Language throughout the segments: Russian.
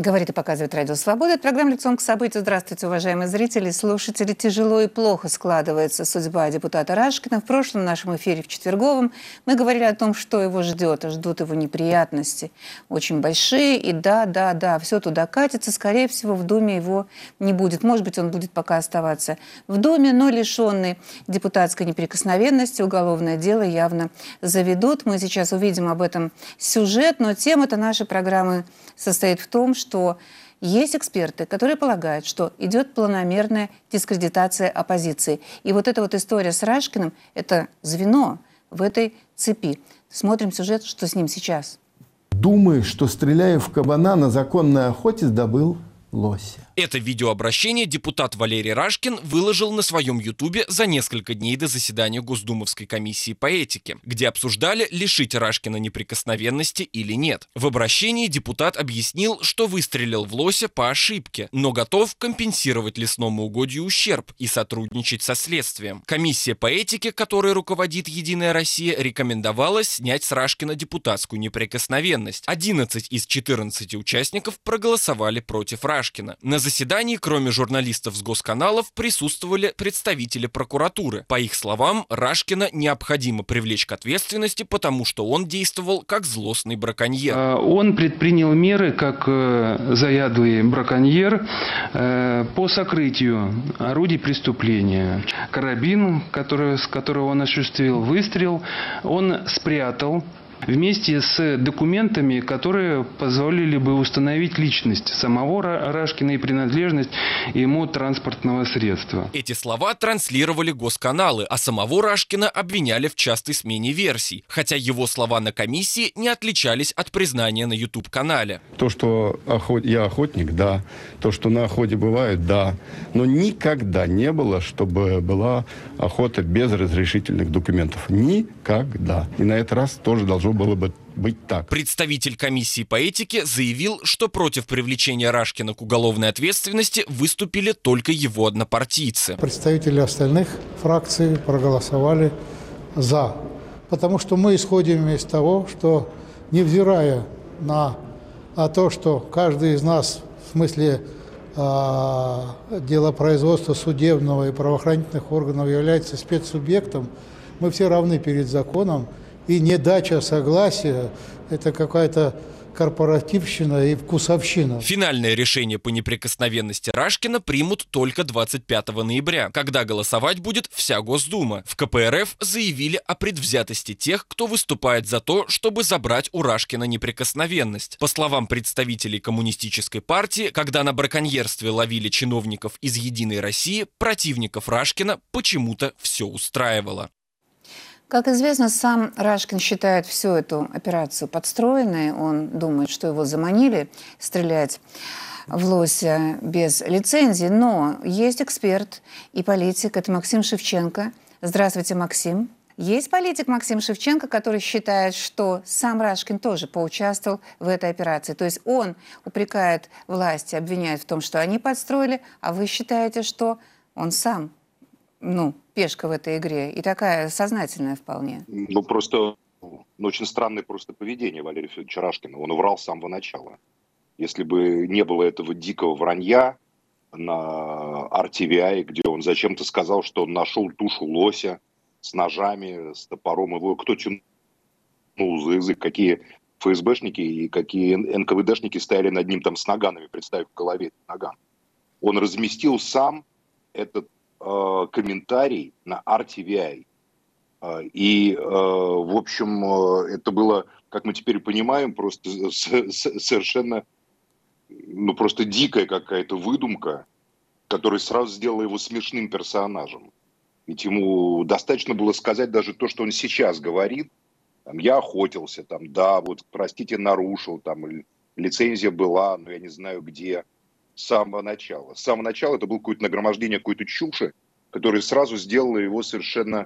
Говорит и показывает Радио Свобода. Это программа «Лицом к событию». Здравствуйте, уважаемые зрители, слушатели. Тяжело и плохо складывается судьба депутата Рашкина. В прошлом нашем эфире, в четверговом, мы говорили о том, что его ждет. Ждут его неприятности очень большие. И да, все туда катится. Скорее всего, в Думе его не будет. Может быть, он будет пока оставаться в Думе, но лишенный депутатской неприкосновенности. Уголовное дело явно заведут. Мы сейчас увидим об этом сюжет, но тема-то нашей программы состоит в том, что есть эксперты, которые полагают, что идет планомерная дискредитация оппозиции. И вот эта вот история с Рашкиным – это звено в этой цепи. Смотрим сюжет, что с ним сейчас. Думаю, что, стреляя в кабана, на законной охоте добыл лося. Это видеообращение депутат Валерий Рашкин выложил на своем ютубе за несколько дней до заседания Госдумовской комиссии по этике, где обсуждали, лишить Рашкина неприкосновенности или нет. В обращении депутат объяснил, что выстрелил в лося по ошибке, но готов компенсировать лесному угодью ущерб и сотрудничать со следствием. Комиссия по этике, которой руководит «Единая Россия», рекомендовала снять с Рашкина депутатскую неприкосновенность. 11 из 14 участников проголосовали против Рашкина. На заседании, кроме журналистов с госканалов, присутствовали представители прокуратуры. По их словам, Рашкина необходимо привлечь к ответственности, потому что он действовал как злостный браконьер. Он предпринял меры как заядлый браконьер по сокрытию орудий преступления. Карабин, с которого он осуществил выстрел, он спрятал вместе с документами, которые позволили бы установить личность самого Рашкина и принадлежность ему транспортного средства. Эти слова транслировали госканалы, а самого Рашкина обвиняли в частой смене версий, хотя его слова на комиссии не отличались от признания на YouTube-канале. То, что я охотник, да. То, что на охоте бывает, да. Но никогда не было, чтобы была охота без разрешительных документов. Никогда. И на этот раз тоже должно было бы быть так. Представитель комиссии по этике заявил, что против привлечения Рашкина к уголовной ответственности выступили только его однопартийцы. Представители остальных фракций проголосовали «за». Потому что мы исходим из того, что, невзирая на то, что каждый из нас, в смысле делопроизводства судебного и правоохранительных органов, является спецсубъектом, мы все равны перед законом. И недача согласия – это какая-то корпоративщина и вкусовщина. Финальное решение по неприкосновенности Рашкина примут только 25 ноября, когда голосовать будет вся Госдума. В КПРФ заявили о предвзятости тех, кто выступает за то, чтобы забрать у Рашкина неприкосновенность. По словам представителей Коммунистической партии, когда на браконьерстве ловили чиновников из «Единой России», противников Рашкина почему-то все устраивало. Как известно, сам Рашкин считает всю эту операцию подстроенной. Он думает, что его заманили стрелять в лося без лицензии. Но есть эксперт и политик, это Максим Шевченко. Здравствуйте, Максим. Есть политик Максим Шевченко, который считает, что сам Рашкин тоже поучаствовал в этой операции. То есть он упрекает власти, обвиняет в том, что они подстроили, а вы считаете, что он сам пешка в этой игре, и такая сознательная вполне. Очень странное просто поведение Валерия Федоровича Рашкина. Он врал с самого начала. Если бы не было этого дикого вранья на RTVI, где он зачем-то сказал, что он нашел тушу лося с ножами, с топором, его кто тянул за язык, какие ФСБшники и какие НКВДшники стояли над ним там с наганами, представив в голове наган. Он разместил сам этот комментарий на RTVI. И, в общем, это было, как мы теперь понимаем, просто совершенно, просто дикая какая-то выдумка, которая сразу сделала его смешным персонажем. Ведь ему достаточно было сказать даже то, что он сейчас говорит. Я охотился, простите, нарушил, лицензия была, но я не знаю где. С самого начала. С самого начала это было какое-то нагромождение какой-то чуши, которое сразу сделало его совершенно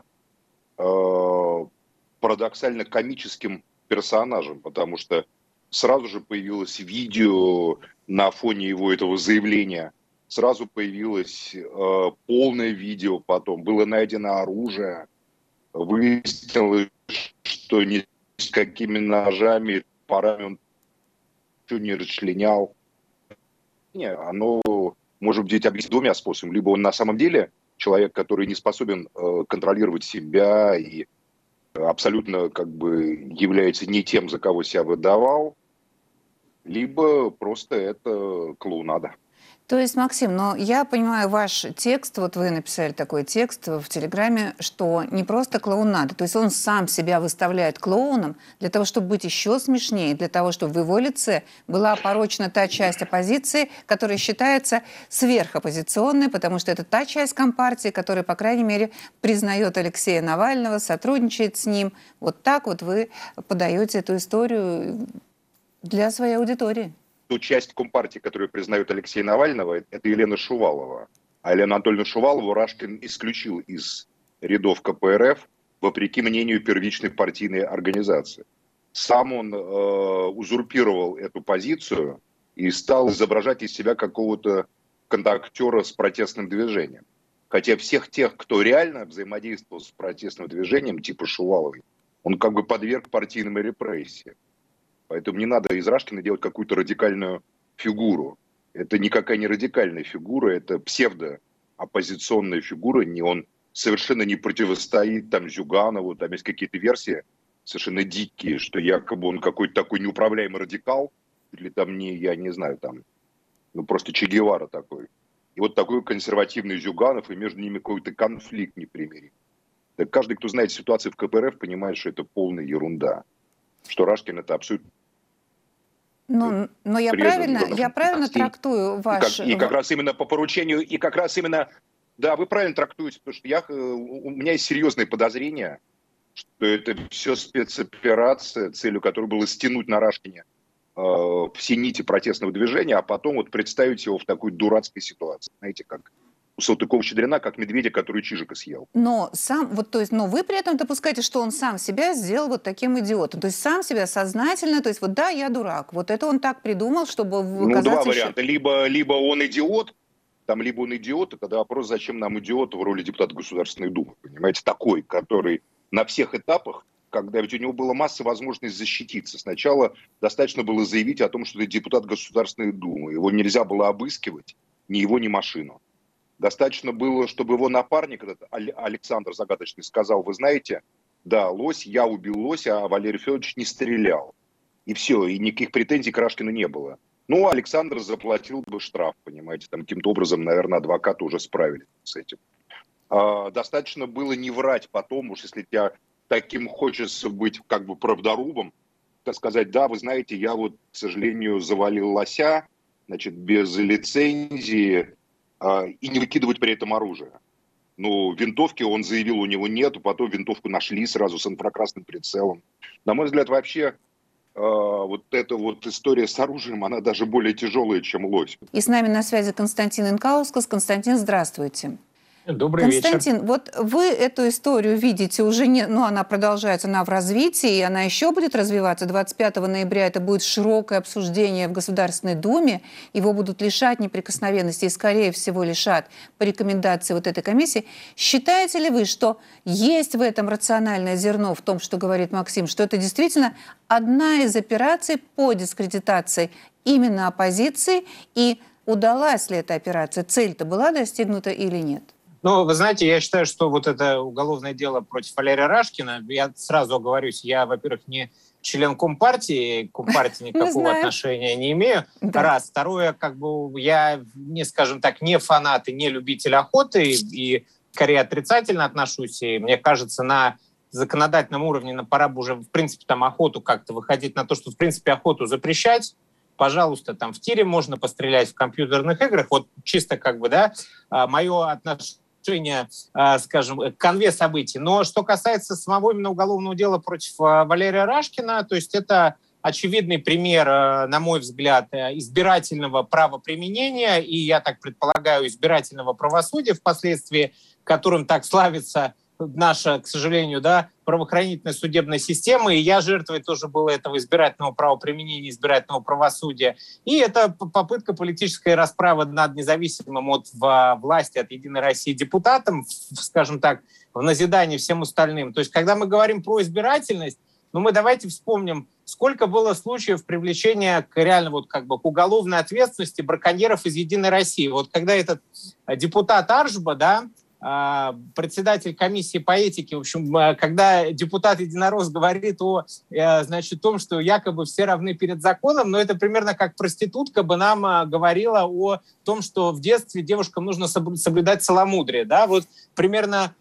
парадоксально комическим персонажем, потому что сразу же появилось видео на фоне его этого заявления, сразу появилось полное видео потом, было найдено оружие, выяснилось, что ни с какими ножами, парами он ничего не расчленял. оно может быть объяснить двумя способами. Либо он на самом деле человек, который не способен контролировать себя и абсолютно как бы является не тем, за кого себя выдавал, либо просто это клоунада. То есть, Максим, но я понимаю ваш текст, вот вы написали такой текст в Телеграме, что не просто клоунада, то есть он сам себя выставляет клоуном для того, чтобы быть еще смешнее, для того, чтобы в его лице была опорочена та часть оппозиции, которая считается сверхоппозиционной, потому что это та часть Компартии, которая, по крайней мере, признает Алексея Навального, сотрудничает с ним. Вот так вот вы подаете эту историю для своей аудитории. Ту часть Компартии, которую признает Алексея Навального, это Елена Шувалова. А Елену Анатольевну Шувалову Рашкин исключил из рядов КПРФ вопреки мнению первичной партийной организации. Сам он узурпировал эту позицию и стал изображать из себя какого-то контактера с протестным движением. Хотя всех тех, кто реально взаимодействовал с протестным движением, типа Шуваловой, он как бы подверг партийным репрессиям. Поэтому не надо из Рашкина делать какую-то радикальную фигуру. Это никакая не радикальная фигура, это псевдооппозиционная фигура. Он совершенно не противостоит там Зюганову. Там есть какие-то версии совершенно дикие, что якобы он какой-то такой неуправляемый радикал. Или там я не знаю, там, просто Че Гевара такой. И вот такой консервативный Зюганов, и между ними какой-то конфликт непримиримый. Так каждый, кто знает ситуацию в КПРФ, понимает, что это полная ерунда. Что Рашкин это абсолютно... Но я правильно трактую ваш... И как раз именно по поручению, и как раз именно... Да, вы правильно трактуете, потому что у меня есть серьезные подозрения, что это все спецоперация, целью которой было стянуть на Рашкине все нити протестного движения, а потом вот представить его в такой дурацкой ситуации. Знаете, как у Салтыкова-Щедрина, как медведя, который Чижика съел. Но вы при этом допускаете, что он сам себя сделал вот таким идиотом. То есть сам себя сознательно, то есть вот да, я дурак. Вот это он так придумал, чтобы казаться... Два варианта. Либо он идиот, и тогда вопрос, зачем нам идиот в роли депутата Государственной Думы. Понимаете, такой, который на всех этапах, когда ведь у него была масса возможностей защититься. Сначала достаточно было заявить о том, что это депутат Государственной Думы. Его нельзя было обыскивать, ни его, ни машину. Достаточно было, чтобы его напарник, этот Александр Загадочный, сказал: вы знаете, да, лось, я убил лося, а Валерий Федорович не стрелял. И все, и никаких претензий к Рашкину не было. Ну, Александр заплатил бы штраф, понимаете, там каким-то образом, наверное, адвокаты уже справились с этим. Достаточно было не врать потом, уж если тебя таким хочется быть как бы правдорубом, так сказать: да, вы знаете, я вот, к сожалению, завалил лося, значит, без лицензии, и не выкидывать при этом оружие. Ну, винтовки, он заявил, у него нету, потом винтовку нашли сразу с инфракрасным прицелом. На мой взгляд, вообще вот эта вот история с оружием, она даже более тяжелая, чем лось. И с нами на связи Константин Инкаускас. Константин, здравствуйте. Добрый вечер. Константин, вот вы эту историю видите уже она продолжается, она в развитии, и она еще будет развиваться. 25 ноября это будет широкое обсуждение в Государственной Думе. Его будут лишать неприкосновенности и, скорее всего, лишат по рекомендации вот этой комиссии. Считаете ли вы, что есть в этом рациональное зерно в том, что говорит Максим, что это действительно одна из операций по дискредитации именно оппозиции, и удалась ли эта операция? Цель-то была достигнута или нет? Ну, вы знаете, я считаю, что вот это уголовное дело против Валерия Рашкина, я сразу оговорюсь, я, во-первых, не член Компартии, к Компартии никакого отношения не имею. Да. Раз. Второе, как бы я, скажем так, не фанат и не любитель охоты, и скорее отрицательно отношусь, и мне кажется, на законодательном уровне пора бы уже, в принципе, там охоту как-то выходить на то, что, в принципе, охоту запрещать. Пожалуйста, там в тире можно пострелять, в компьютерных играх. Вот чисто как бы, да, мое отношение, скажем, к канве событий. Но что касается самого именно уголовного дела против Валерия Рашкина, то есть это очевидный пример, на мой взгляд, избирательного правоприменения и, я так предполагаю, избирательного правосудия впоследствии, которым так славится наша, к сожалению, да, правоохранительная судебная система, и я жертвой тоже была этого избирательного правоприменения, избирательного правосудия. И это попытка политической расправы над независимым от власти, от Единой России депутатом, скажем так, в назидание всем остальным. То есть, когда мы говорим про избирательность, но мы давайте вспомним, сколько было случаев привлечения к реально вот как бы к уголовной ответственности браконьеров из «Единой России». Вот когда этот депутат Аржба, да, председатель комиссии по этике, в общем, когда депутат Единорос говорит о, значит, том, что якобы все равны перед законом, но это примерно как проститутка бы нам говорила о том, что в детстве девушкам нужно соблюдать целомудрие, да, вот примерно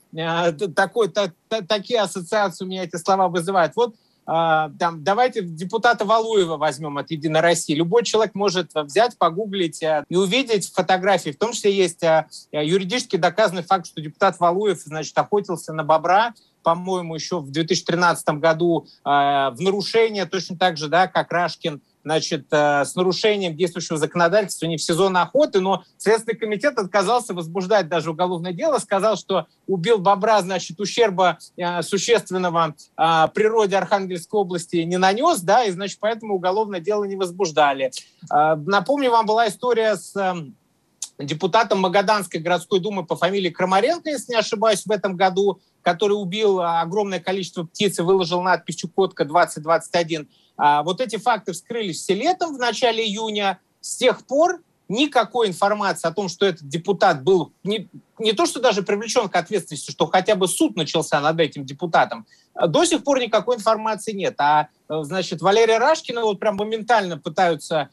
такие ассоциации у меня эти слова вызывают. Вот там, давайте депутата Валуева возьмем от «Единой России». Любой человек может взять, погуглить и увидеть фотографии. В том числе есть юридически доказанный факт, что депутат Валуев, значит, охотился на бобра, по-моему, еще в 2013 году в нарушение, точно так же, да, как Рашкин, значит, с нарушением действующего законодательства не в сезон охоты, но Следственный комитет отказался возбуждать даже уголовное дело, сказал, что убил бобра, значит, ущерба существенного природе Архангельской области не нанес, да, и, значит, поэтому уголовное дело не возбуждали. Напомню, вам была история с депутатом Магаданской городской думы по фамилии Крамаренко, если не ошибаюсь, в этом году, который убил огромное количество птиц и выложил надпись «Чукотка 2021». Вот эти факты вскрылись все летом, в начале июня. С тех пор никакой информации о том, что этот депутат был не то, что даже привлечен к ответственности, что хотя бы суд начался над этим депутатом, до сих пор никакой информации нет. Значит, Валерия Рашкина вот прям моментально пытаются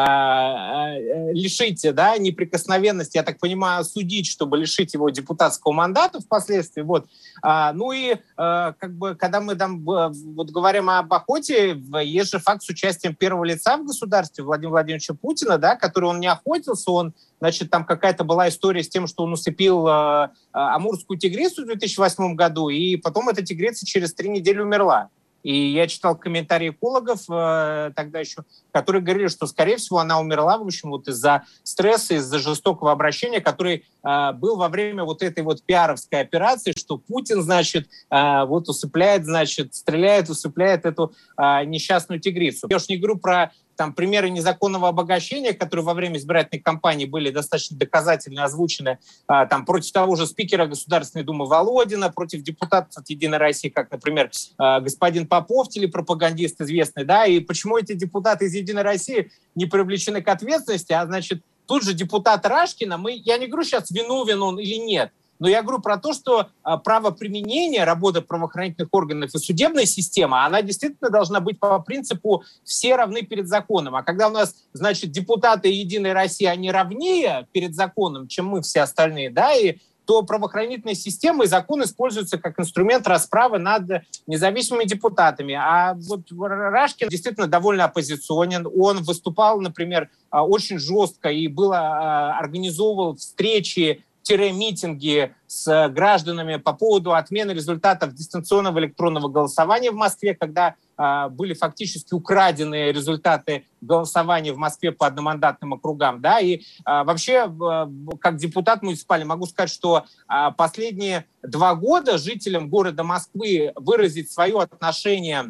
лишить, да, неприкосновенности, я так понимаю, осудить, чтобы лишить его депутатского мандата впоследствии. Вот. Ну и как бы, когда мы там вот говорим об охоте, есть же факт с участием первого лица в государстве Владимира Владимировича Путина, да, который он не охотился, он, значит, там какая-то была история с тем, что он усыпил амурскую тигрицу в 2008 году, и потом эта тигрица через 3 недели умерла. И я читал комментарии экологов тогда еще, которые говорили, что, скорее всего, она умерла, в общем, вот из-за стресса, из-за жестокого обращения, который был во время вот этой вот пиаровской операции, что Путин, значит, вот усыпляет, значит, стреляет, усыпляет эту несчастную тигрицу. Я уж не говорю про там примеры незаконного обогащения, которые во время избирательной кампании были достаточно доказательно озвучены там, против того же спикера Государственной Думы Володина, против депутатов от «Единой России», как, например, господин Попов, телепропагандист известный, да, и почему эти депутаты из «Единой России» не привлечены к ответственности, а, значит, тут же депутат Рашкина, я не говорю сейчас, виновен он или нет, но я говорю про то, что правоприменение, работа правоохранительных органов и судебная система, она действительно должна быть по принципу «все равны перед законом». А когда у нас, значит, депутаты «Единой России», они равнее перед законом, чем мы все остальные, да, и то правоохранительная система и закон используются как инструмент расправы над независимыми депутатами. А вот Рашкин действительно довольно оппозиционен. Он выступал, например, очень жестко и организовывал встречи, митинги с гражданами по поводу отмены результатов дистанционного электронного голосования в Москве, когда были фактически украдены результаты голосования в Москве по одномандатным округам. Да? И вообще, как депутат муниципальный, могу сказать, что последние 2 года жителям города Москвы выразить свое отношение,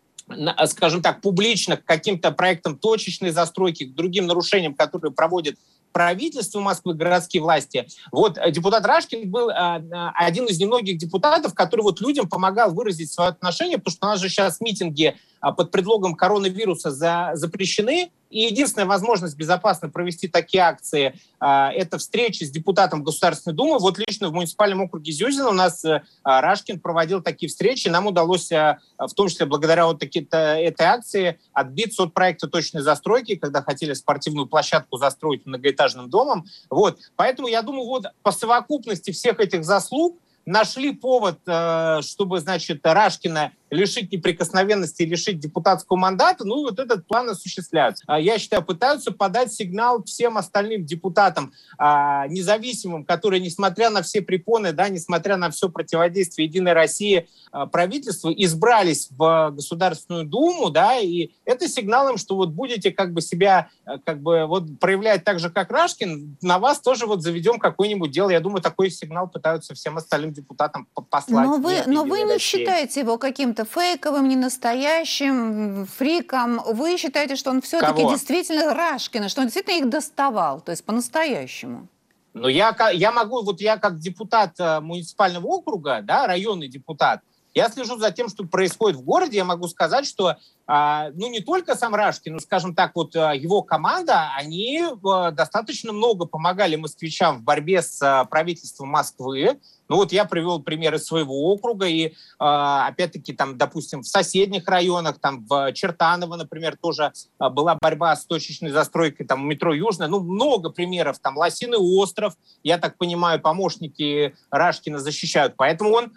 скажем так, публично к каким-то проектам точечной застройки, к другим нарушениям, которые проводит правительство Москвы, городские власти. Вот депутат Рашкин был один из немногих депутатов, который вот людям помогал выразить свое отношение, потому что у нас же сейчас митинги под предлогом коронавируса запрещены, и единственная возможность безопасно провести такие акции – это встречи с депутатом Государственной Думы. Вот лично в муниципальном округе Зюзино у нас Рашкин проводил такие встречи. Нам удалось, в том числе благодаря вот этой акции, отбиться от проекта точной застройки, когда хотели спортивную площадку застроить многоэтажным домом. Вот. Поэтому я думаю, вот по совокупности всех этих заслуг нашли повод, чтобы, значит, Рашкина лишить неприкосновенности и лишить депутатского мандата, ну, вот этот план осуществляется. Я считаю, пытаются подать сигнал всем остальным депутатам независимым, которые, несмотря на все препоны, да, несмотря на все противодействие «Единой России» правительству, избрались в Государственную Думу, да, и это сигналом, что вот будете как бы себя как бы вот проявлять так же, как Рашкин, на вас тоже вот заведем какое-нибудь дело. Я думаю, такой сигнал пытаются всем остальным депутатам послать. Но вы не считаете его каким-то фейковым, ненастоящим, фриком. Вы считаете, что он все-таки действительно Рашкина, что он действительно их доставал, то есть по-настоящему? Ну, я могу, вот я как депутат муниципального округа, да, районный депутат, Я слежу за тем, что происходит в городе. Я могу сказать, что не только сам Рашкин, но, скажем так, вот его команда, они достаточно много помогали москвичам в борьбе с правительством Москвы. Ну вот я привел пример из своего округа, и опять-таки там, допустим, в соседних районах, там в Чертаново, например, тоже была борьба с точечной застройкой, там метро Южное, ну много примеров, там Лосиный остров, я так понимаю, помощники Рашкина защищают, поэтому он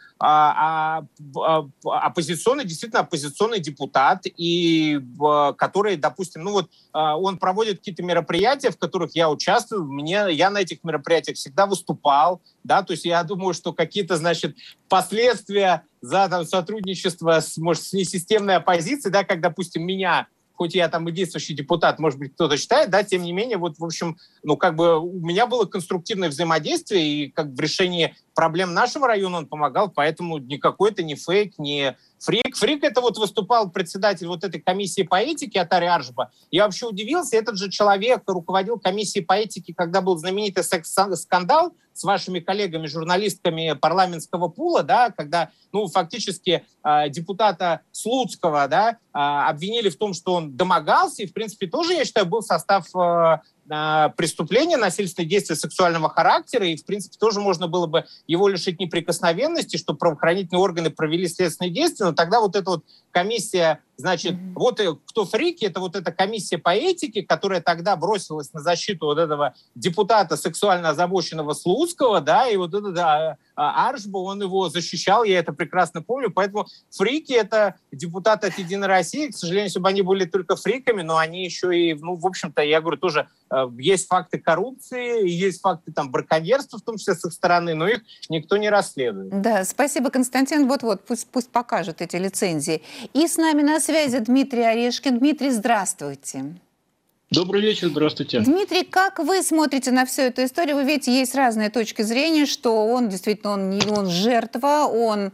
оппозиционный, действительно оппозиционный депутат, и который, допустим, он проводит какие-то мероприятия, в которых я участвую, я на этих мероприятиях всегда выступал, да, то есть я думаю, что какие-то, значит, последствия за там, сотрудничество с несистемной оппозицией, да, как, допустим, меня, хоть я там и действующий депутат, может быть, кто-то считает, да, тем не менее, вот, в общем, у меня было конструктивное взаимодействие, и как в решении проблем нашего района он помогал, поэтому никакой это не фейк, не фрик. Фрик — это вот выступал председатель вот этой комиссии по этике Атари Аржба. Я вообще удивился, этот же человек руководил комиссией по этике, когда был знаменитый секс-скандал с вашими коллегами, журналистками парламентского пула, да, когда, фактически депутата Слуцкого, да, обвинили в том, что он домогался, и, в принципе, тоже, я считаю, был состав преступления, насильственные действия сексуального характера, и, в принципе, тоже можно было бы его лишить неприкосновенности, чтобы правоохранительные органы провели следственные действия, но тогда вот эта вот комиссия, значит, вот кто фрики, это вот эта комиссия по этике, которая тогда бросилась на защиту вот этого депутата сексуально озабоченного Слуцкого, да, и вот этот Аржба, он его защищал, я это прекрасно помню, поэтому фрики — это депутаты от «Единой России», к сожалению, если бы они были только фриками, но они еще и, в общем-то, я говорю, тоже есть факты коррупции, есть факты там браконьерства, в том числе с их стороны, но их никто не расследует. Да, спасибо, Константин. Вот, пусть покажут эти лицензии. И с нами на связи Дмитрий Орешкин. Дмитрий, здравствуйте. Добрый вечер, здравствуйте. Дмитрий, как вы смотрите на всю эту историю? Вы видите, есть разные точки зрения, что он действительно, он жертва, он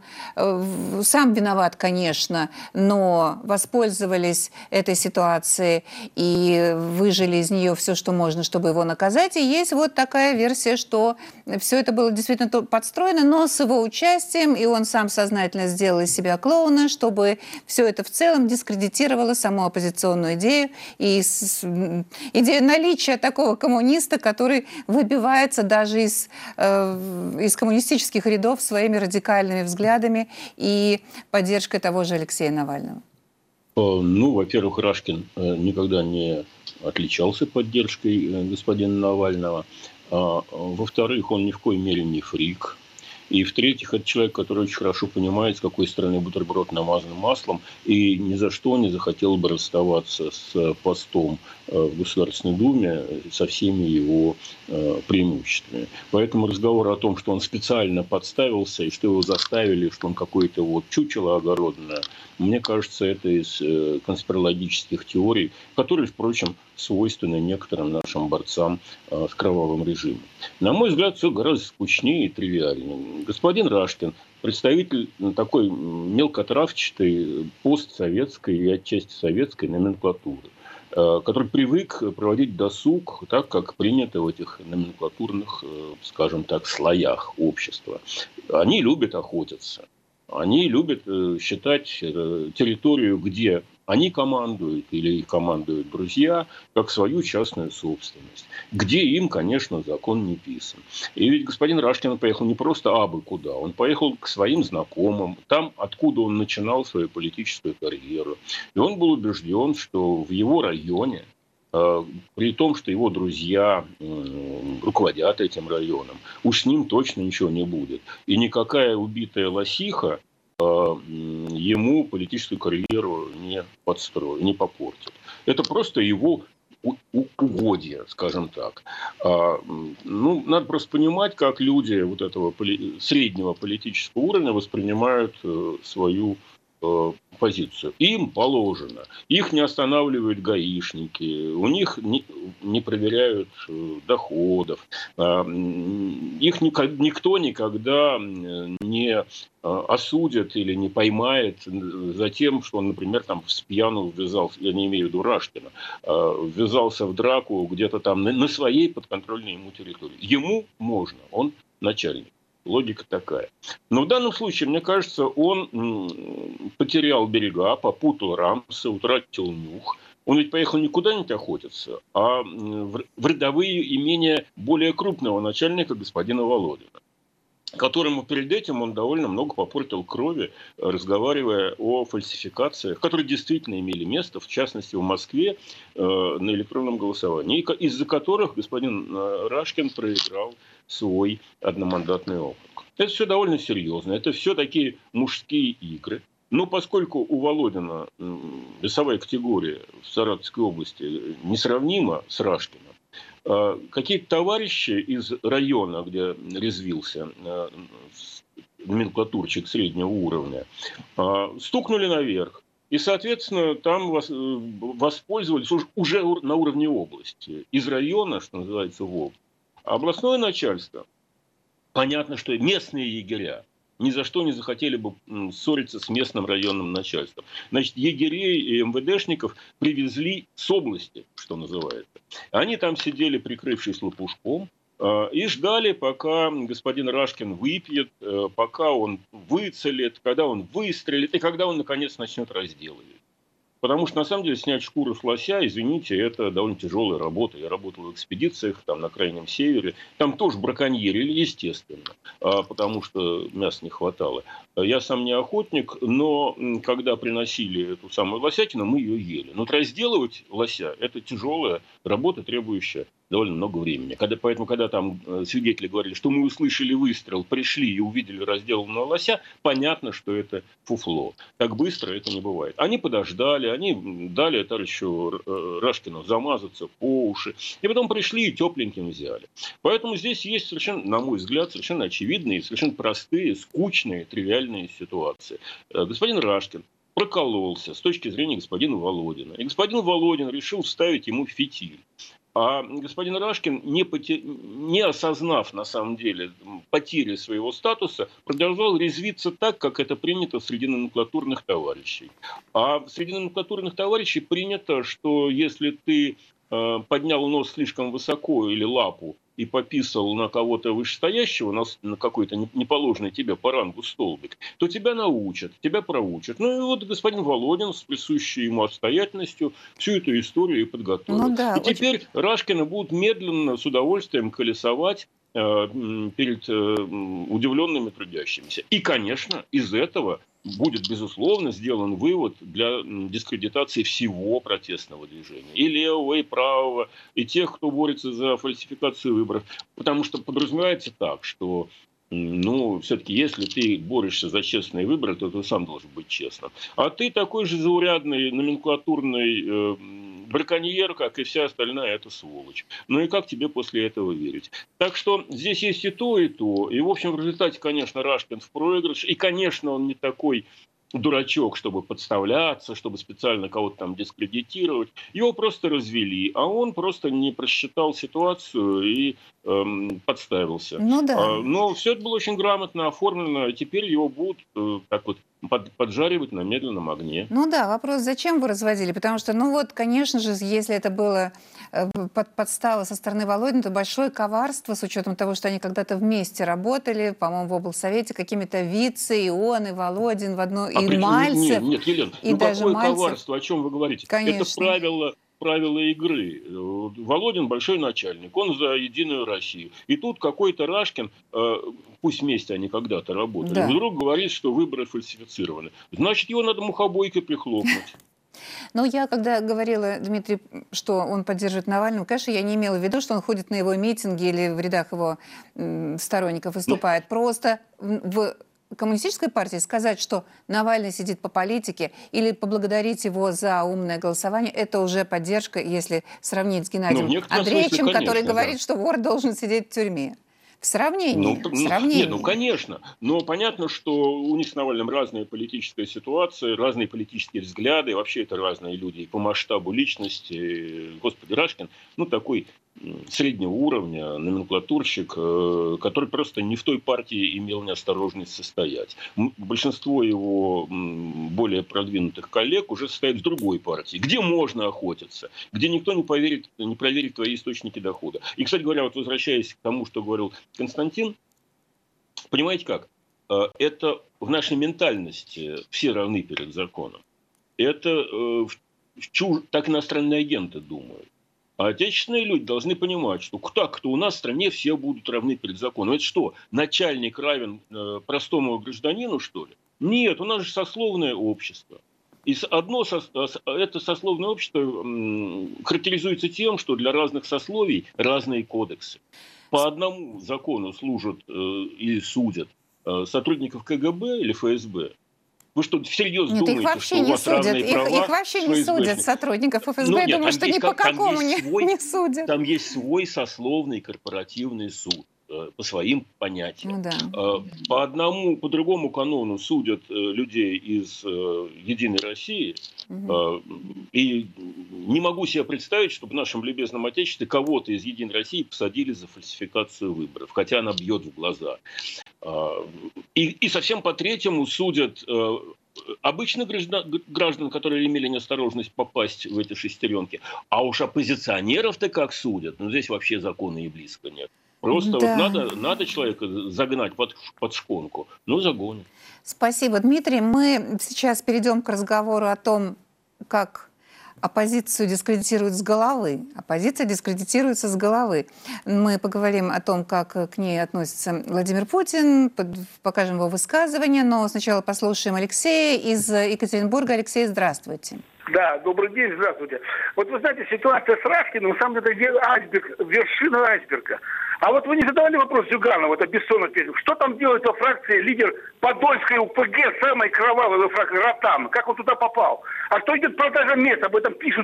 сам виноват, конечно, но воспользовались этой ситуацией и выжили из нее все, что можно, чтобы его наказать. И есть вот такая версия, что все это было действительно подстроено, но с его участием, и он сам сознательно сделал из себя клоуна, чтобы все это в целом дискредитировало саму оппозиционную идею и идею наличия такого коммуниста, который выбивается даже из коммунистических рядов своими радикальными взглядами и поддержкой того же Алексея Навального. Во-первых, Рашкин никогда не отличался поддержкой господина Навального. Во-вторых, он ни в коей мере не фрик. И в-третьих, это человек, который очень хорошо понимает, с какой стороны бутерброд намазан маслом, и ни за что не захотел бы расставаться с постом в Государственной Думе со всеми его преимуществами. Поэтому разговор о том, что он специально подставился и что его заставили, что он какое-то вот чучело огородное, мне кажется, это из конспирологических теорий, которые, впрочем, свойственны некоторым нашим борцам с кровавым режимом. На мой взгляд, все гораздо скучнее и тривиальнее. Господин Рашкин – представитель такой мелкотравчатой постсоветской и отчасти советской номенклатуры, который привык проводить досуг так, как принято в этих номенклатурных, скажем так, слоях общества. Они любят охотиться. Они любят считать территорию, где они командуют или их командуют друзья, как свою частную собственность, где им, конечно, закон не писан. И ведь господин Рашкин поехал не просто абы куда, он поехал к своим знакомым, там, откуда он начинал свою политическую карьеру. И он был убежден, что в его районе, при том, что его друзья руководят этим районом, уж с ним точно ничего не будет. И никакая убитая лосиха ему политическую карьеру не подстроит, не попортит. Это просто его угодья, скажем так. Надо просто понимать, как люди вот этого среднего политического уровня воспринимают свою позицию. Им положено. Их не останавливают гаишники, у них не проверяют доходов, их никто никогда не осудит или не поймает за тем, что он, например, там с пьяну ввязался, я не имею в виду Рашкина, ввязался в драку где-то там на своей подконтрольной ему территории. Ему можно, он начальник. Логика такая. Но в данном случае, мне кажется, он потерял берега, попутал рамсы, утратил нюх. Он ведь поехал не куда-нибудь охотиться, а в рядовые имения более крупного начальника господина Володина, которому перед этим он довольно много попортил крови, разговаривая о фальсификациях, которые действительно имели место, в частности, в Москве на электронном голосовании, из-за которых господин Рашкин проиграл свой одномандатный округ. Это все довольно серьезно, это все такие мужские игры. Но поскольку у Володина весовая категория в Саратовской области несравнима с Рашкиным, какие-то товарищи из района, где резвился номенклатурчик среднего уровня, стукнули наверх. И, соответственно, там воспользовались уже на уровне области. Из района, что называется, Волк. А областное начальство, понятно, что местные егеря ни за что не захотели бы ссориться с местным районным начальством. Значит, егерей и МВДшников привезли с области, что называется. Они там сидели, прикрывшись лопушком, и ждали, пока господин Рашкин выпьет, пока он выцелит, когда он выстрелит, и когда он, наконец, начнет разделывать. Потому что, на самом деле, снять шкуру с лося, извините, это довольно тяжелая работа. Я работал в экспедициях там, на Крайнем Севере. Там тоже браконьерили, естественно, потому что мяса не хватало. Я сам не охотник, но когда приносили эту самую лосятину, мы ее ели. Но разделывать лося – это тяжелая работа, требующая довольно много времени. Поэтому, когда там свидетели говорили, что мы услышали выстрел, пришли и увидели разделанного лося, понятно, что это фуфло. Так быстро это не бывает. Они подождали, они дали товарищу Рашкину замазаться по уши, и потом пришли и тепленьким взяли. Поэтому здесь есть совершенно, на мой взгляд, совершенно очевидные, совершенно простые, скучные, тривиальные ситуации. Господин Рашкин прокололся с точки зрения господина Володина. И господин Володин решил вставить ему фитиль. А господин Рашкин, не осознав, на самом деле, потери своего статуса, продолжал резвиться так, как это принято среди номенклатурных товарищей. А среди номенклатурных товарищей принято, что если ты поднял нос слишком высоко или лапу и пописал на кого-то вышестоящего, на какой-то неположенный тебе по рангу столбик, то тебя научат, тебя проучат. Ну и вот господин Володин с присущей ему обстоятельностью всю эту историю и подготовил. Ну, да, и теперь Рашкина будут медленно, с удовольствием колесовать перед удивленными трудящимися. И, конечно, из этого будет, безусловно, сделан вывод для дискредитации всего протестного движения. И левого, и правого, и тех, кто борется за фальсификацию выборов. Потому что подразумевается так, что все-таки, если ты борешься за честные выборы, то ты сам должен быть честным. А ты такой же заурядный, номенклатурный браконьер, как и вся остальная эта сволочь. Ну и как тебе после этого верить? Так что здесь есть и то, и то. И, в общем, в результате, конечно, Рашкин в проигрыш. И, конечно, он не такой дурачок, чтобы подставляться, чтобы специально кого-то там дискредитировать. Его просто развели, а он просто не просчитал ситуацию и подставился. Ну да. Но все это было очень грамотно оформлено, и теперь его будут так вот поджаривать на медленном огне. Ну да, вопрос, зачем вы разводили? Потому что, конечно же, если это было подстава со стороны Володина, то большое коварство, с учетом того, что они когда-то вместе работали, по-моему, в облсовете, какими-то Вице, и он, и Володин в одно, и Мальцев. Нет, Елена, и даже какое Мальцев. Коварство, о чем вы говорите? Конечно. Это правила игры. Володин большой начальник, он за Единую Россию. И тут какой-то Рашкин, пусть вместе они когда-то работали, да, вдруг говорит, что выборы фальсифицированы. Значит, его надо мухобойкой прихлопнуть. Но я, когда говорила, Дмитрий, что он поддерживает Навального, конечно, я не имела в виду, что он ходит на его митинги или в рядах его сторонников выступает. Просто в коммунистической партии сказать, что Навальный сидит по политике, или поблагодарить его за умное голосование, это уже поддержка, если сравнить с Геннадием Андреевичем, смысле, который говорит, что вор должен сидеть в тюрьме. В сравнении. Нет, конечно. Но понятно, что у них с Навальным разная политическая ситуация, разные политические взгляды. Вообще это разные люди. И по масштабу личности. Господи, Рашкин, такой среднего уровня номенклатурщик, который просто не в той партии имел неосторожность состоять. Большинство его более продвинутых коллег уже состоят в другой партии, где можно охотиться, где никто не проверит твои источники дохода. И, кстати говоря, возвращаясь к тому, что говорил Константин, Понимаете как? Это в нашей ментальности все равны перед законом. Это так иностранные агенты думают. А отечественные люди должны понимать, что так-то у нас в стране все будут равны перед законом. Это что, начальник равен простому гражданину, что ли? Нет, у нас же сословное общество. И это сословное общество характеризуется тем, что для разных сословий разные кодексы. По одному закону служат или судят сотрудников КГБ или ФСБ. Вы что, всерьез Нет, думаете, их вообще что у не вас судят. равные права? Их вообще не судят сотрудников ФСБ. Ну, я думаю, что ни по какому не судят. Там есть свой сословный корпоративный суд по своим понятиям. Ну, да. По другому канону судят людей из «Единой России». И не могу себе представить, чтобы в нашем любезном Отечестве кого-то из «Единой России» посадили за фальсификацию выборов, хотя она бьет в глаза. И совсем по-третьему судят обычных граждан, которые имели неосторожность попасть в эти шестеренки. А уж оппозиционеров-то как судят? Ну, здесь вообще закона и близко нет. Просто да. вот надо человека загнать под шконку. Ну, загонят. Спасибо, Дмитрий. Мы сейчас перейдем к разговору о том, как оппозицию дискредитируют с головы. Оппозиция дискредитируется с головы. Мы поговорим о том, как к ней относится Владимир Путин, покажем его высказывание, но сначала послушаем Алексея из Екатеринбурга. Алексей, здравствуйте. Да, добрый день, здравствуйте. Вот вы знаете, ситуация с Рашкиным, на самом деле, айсберг, вершина айсберга. А вот вы не задавали вопрос Зюганову, это Бессонов перед. Что там делает во фракции лидер Подольской УПГ, самой кровавой во фракции, Ротан? Как он туда попал? А что идет продажа мест? Об этом пишут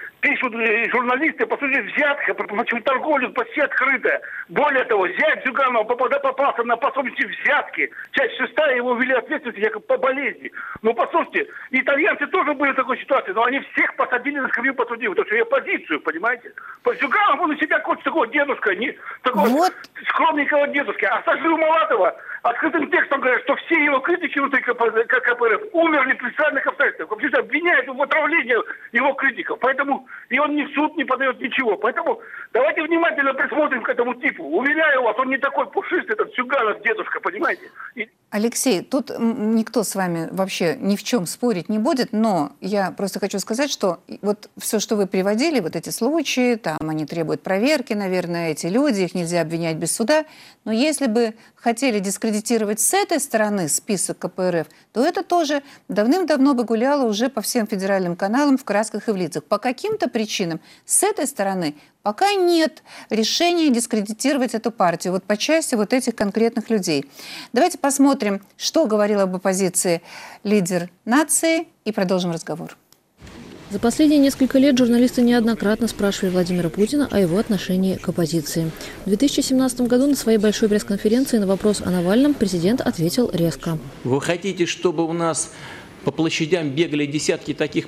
журналисты, по сути, взятка, почему торговля почти открытая. Более того, зять Зюганова попался на пособие взятки. Часть 6 его ввели ответственность якобы по болезни. Ну, послушайте, итальянцы тоже были в такой ситуации, но они всех посадили на скамью подсудимых, потому что я позицию, понимаете? Зюганов, он у себя хочет такого дедушка, такого скромненького дедушки. А Сашу Малатова открытым текстом говорят, что все его критики внутри КПРФ умерли при специальных обстоятельствах. Вообще обвиняют в отравлении его критиков. Поэтому и он ни в суд не подает ничего. Поэтому давайте внимательно присмотрим к этому типу. Уверяю вас, он не такой пушистый, этот Зюганов дедушка, понимаете? Алексей, тут никто с вами вообще ни в чем спорить не будет, но я просто хочу сказать, что вот все, что вы приводили, вот эти случаи, там они требуют проверки, наверное, эти люди, их нельзя обвинять без суда, но если бы хотели дискредитировать с этой стороны список КПРФ, то это тоже давным-давно бы гуляло уже по всем федеральным каналам в красках и в лицах. По каким-то причинам с этой стороны пока нет решения дискредитировать эту партию вот по части вот этих конкретных людей. Давайте посмотрим, что говорил об оппозиции лидер нации, и продолжим разговор. За последние несколько лет журналисты неоднократно спрашивали Владимира Путина о его отношении к оппозиции. В 2017 году на своей большой пресс-конференции на вопрос о Навальном президент ответил резко. Вы хотите, чтобы у нас по площадям бегали десятки таких,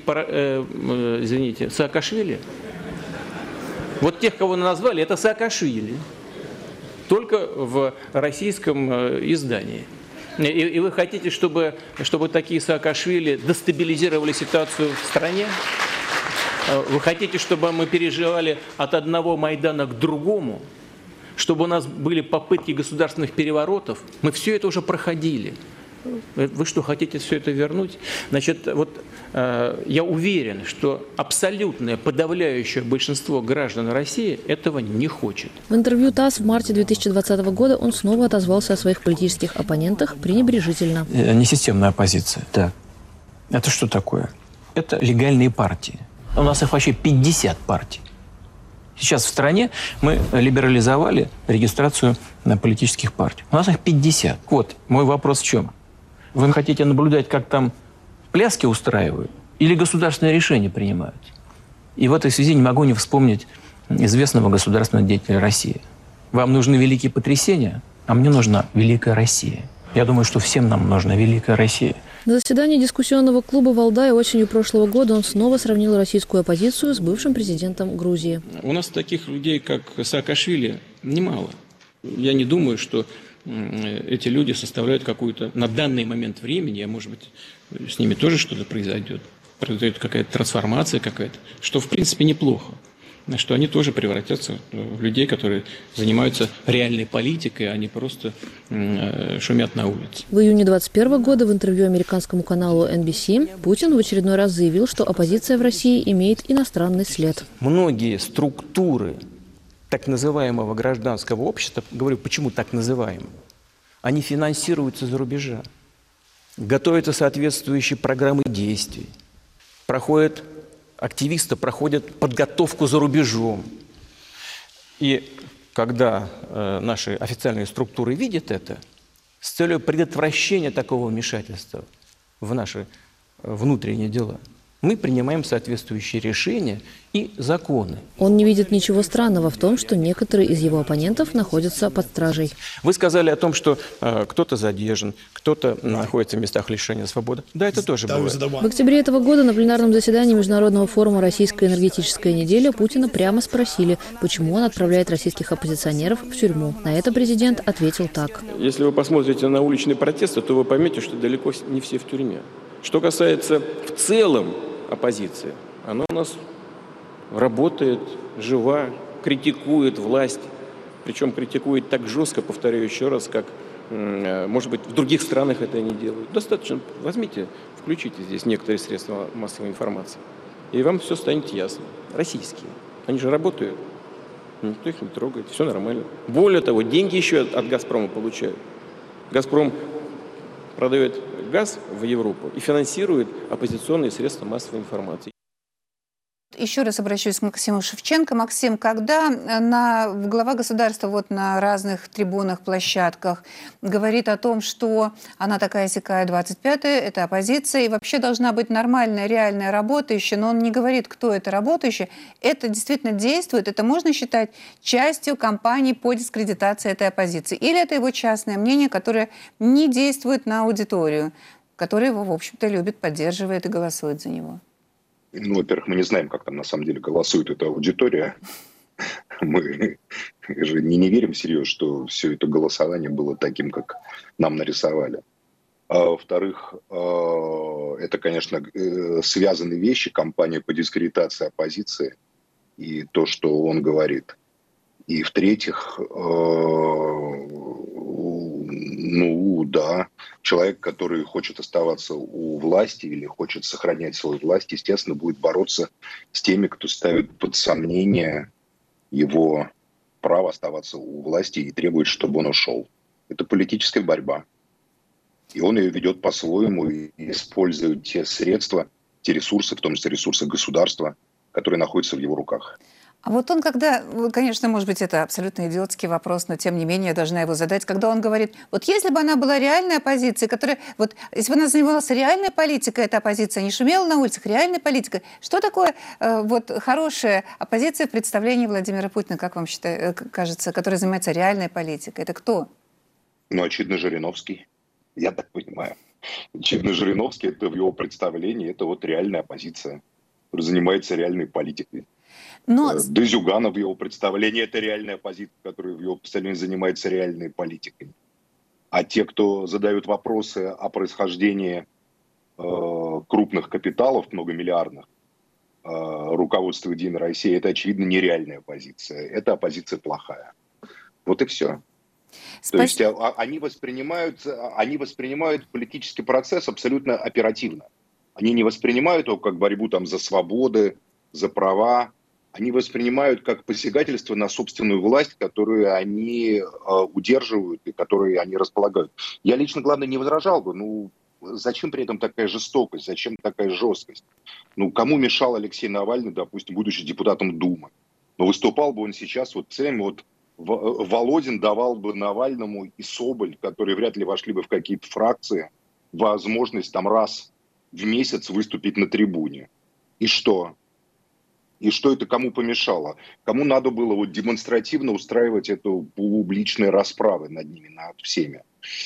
Саакашвили? Вот тех, кого назвали, это Саакашвили. Только в российском издании. И вы хотите, чтобы такие Саакашвили дестабилизировали ситуацию в стране? Вы хотите, чтобы мы переживали от одного Майдана к другому? Чтобы у нас были попытки государственных переворотов? Мы все это уже проходили. Вы что, хотите все это вернуть? Значит, вот я уверен, что абсолютное подавляющее большинство граждан России этого не хочет. В интервью ТАСС в марте 2020 года он снова отозвался о своих политических оппонентах пренебрежительно. Несистемная оппозиция. Так. Это что такое? Это легальные партии. У нас их вообще 50 партий. Сейчас в стране мы либерализовали регистрацию на политических партий. У нас их 50. Вот, мой вопрос в чем? Вы хотите наблюдать, как там пляски устраивают или государственные решения принимают? И в этой связи не могу не вспомнить известного государственного деятеля России. Вам нужны великие потрясения, а мне нужна великая Россия. Я думаю, что всем нам нужна великая Россия. На заседании дискуссионного клуба «Валдай» осенью прошлого года он снова сравнил российскую оппозицию с бывшим президентом Грузии. У нас таких людей, как Саакашвили, немало. Я не думаю, что эти люди составляют какую-то, на данный момент времени, а может быть, с ними тоже что-то произойдет какая-то трансформация какая-то, что в принципе неплохо. что они тоже превратятся в людей, которые занимаются реальной политикой, а не просто шумят на улице. В июне 2021 года в интервью американскому каналу NBC Путин в очередной раз заявил, что оппозиция в России имеет иностранный след. Многие структуры так называемого гражданского общества, говорю, почему так называемого, они финансируются за рубежа, готовятся соответствующие программы действий, активисты проходят подготовку за рубежом. И когда наши официальные структуры видят это, с целью предотвращения такого вмешательства в наши внутренние дела, мы принимаем соответствующие решения и законы. Он не видит ничего странного в том, что некоторые из его оппонентов находятся под стражей. Вы сказали о том, что кто-то задержан, кто-то находится в местах лишения свободы. Да, это тоже бывает. В октябре этого года на пленарном заседании Международного форума «Российская энергетическая неделя» Путина прямо спросили, почему он отправляет российских оппозиционеров в тюрьму. На это президент ответил так. Если вы посмотрите на уличные протесты, то вы поймете, что далеко не все в тюрьме. Что касается в целом оппозиции, она у нас работает, жива, критикует власть. Причем критикует так жестко, повторяю еще раз, как, может быть, в других странах это не делают. Достаточно, возьмите, включите здесь некоторые средства массовой информации, и вам все станет ясно. Российские. Они же работают, никто их не трогает, все нормально. Более того, деньги еще от «Газпрома» получают. «Газпром» продает газ в Европу и финансирует оппозиционные средства массовой информации. Еще раз обращусь к Максиму Шевченко. Максим, когда глава государства вот на разных трибунах, площадках говорит о том, что она такая-сякая 25-я, это оппозиция, и вообще должна быть нормальная, реальная работающая, но он не говорит, кто это работающая, это действительно действует, это можно считать частью кампании по дискредитации этой оппозиции? Или это его частное мнение, которое не действует на аудиторию, которая его, в общем-то, любит, поддерживает и голосует за него? Ну, во-первых, мы не знаем, как там на самом деле голосует эта аудитория. Мы же не верим всерьез, что все это голосование было таким, как нам нарисовали. А во-вторых, это, конечно, связанные вещи, кампания по дискредитации оппозиции и то, что он говорит. И в-третьих, да, человек, который хочет оставаться у власти или хочет сохранять свою власть, естественно, будет бороться с теми, кто ставит под сомнение его право оставаться у власти и требует, чтобы он ушел. Это политическая борьба. И он ее ведет по-своему и использует те средства, те ресурсы, в том числе ресурсы государства, которые находятся в его руках. А вот он, когда, конечно, может быть, это абсолютно идиотский вопрос, но тем не менее я должна его задать, когда он говорит, вот если бы она была реальной оппозицией, которая, вот если бы она занималась реальной политикой, эта оппозиция не шумела на улицах, реальной политикой, что такое вот хорошая оппозиция в представлении Владимира Путина, как вам кажется, которая занимается реальной политикой? Это кто? Ну, очевидно, Жириновский, я так понимаю. Очевидно, Жириновский, это в его представлении, это вот реальная оппозиция, которая занимается реальной политикой. Но... Зюганов в его представлении это реальная оппозиция, которая в его представлении занимается реальной политикой. А те, кто задают вопросы о происхождении крупных капиталов, многомиллиардных, руководства «Единой России», это, очевидно, нереальная оппозиция. Это оппозиция плохая. Вот и все. То есть они воспринимают политический процесс абсолютно оперативно. Они не воспринимают его как борьбу там, за свободы, за права. Они воспринимают как посягательство на собственную власть, которую они удерживают и которой они располагают. Я лично, главное, не возражал бы. Зачем при этом такая жестокость? Зачем такая жесткость? Кому мешал Алексей Навальный, допустим, будучи депутатом Думы? Выступал бы он сейчас, Володин давал бы Навальному и Соболь, которые вряд ли вошли бы в какие-то фракции, возможность там раз в месяц выступить на трибуне. И что? И что это кому помешало? Кому надо было демонстративно устраивать эту публичные расправы над ними, над всеми?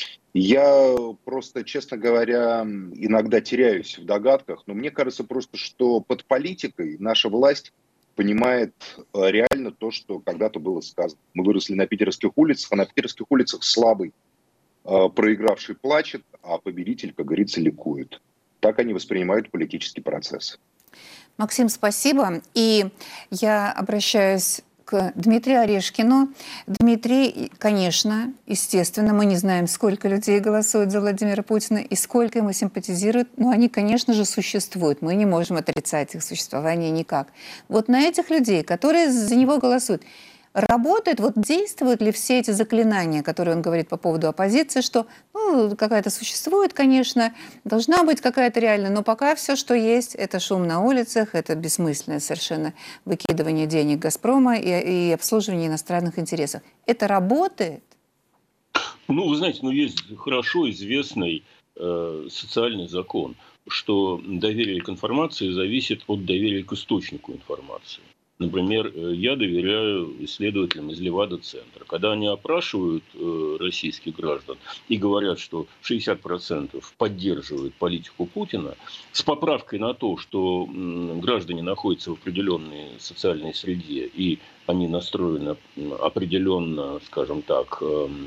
Я просто, честно говоря, иногда теряюсь в догадках, но мне кажется просто, что под политикой наша власть понимает реально то, что когда-то было сказано. Мы выросли на питерских улицах, а на питерских улицах слабый, проигравший плачет, а победитель, как говорится, ликует. Так они воспринимают политический процесс. Максим, спасибо. И я обращаюсь к Дмитрию Орешкину. Дмитрий, конечно, естественно, мы не знаем, сколько людей голосуют за Владимира Путина и сколько ему симпатизируют, но они, конечно же, существуют. Мы не можем отрицать их существование никак. Вот на этих людей, которые за него голосуют, работает, вот действуют ли все эти заклинания, которые он говорит по поводу оппозиции, что какая-то существует, конечно, должна быть какая-то реальная, но пока все, что есть, это шум на улицах, это бессмысленное совершенно выкидывание денег «Газпрома» и обслуживание иностранных интересов. Это работает? Ну, вы знаете, есть хорошо известный социальный закон, что доверие к информации зависит от доверия к источнику информации. Например, я доверяю исследователям из Левада-центра. Когда они опрашивают российских граждан и говорят, что 60% поддерживают политику Путина, с поправкой на то, что граждане находятся в определенной социальной среде и они настроены определенно, скажем так,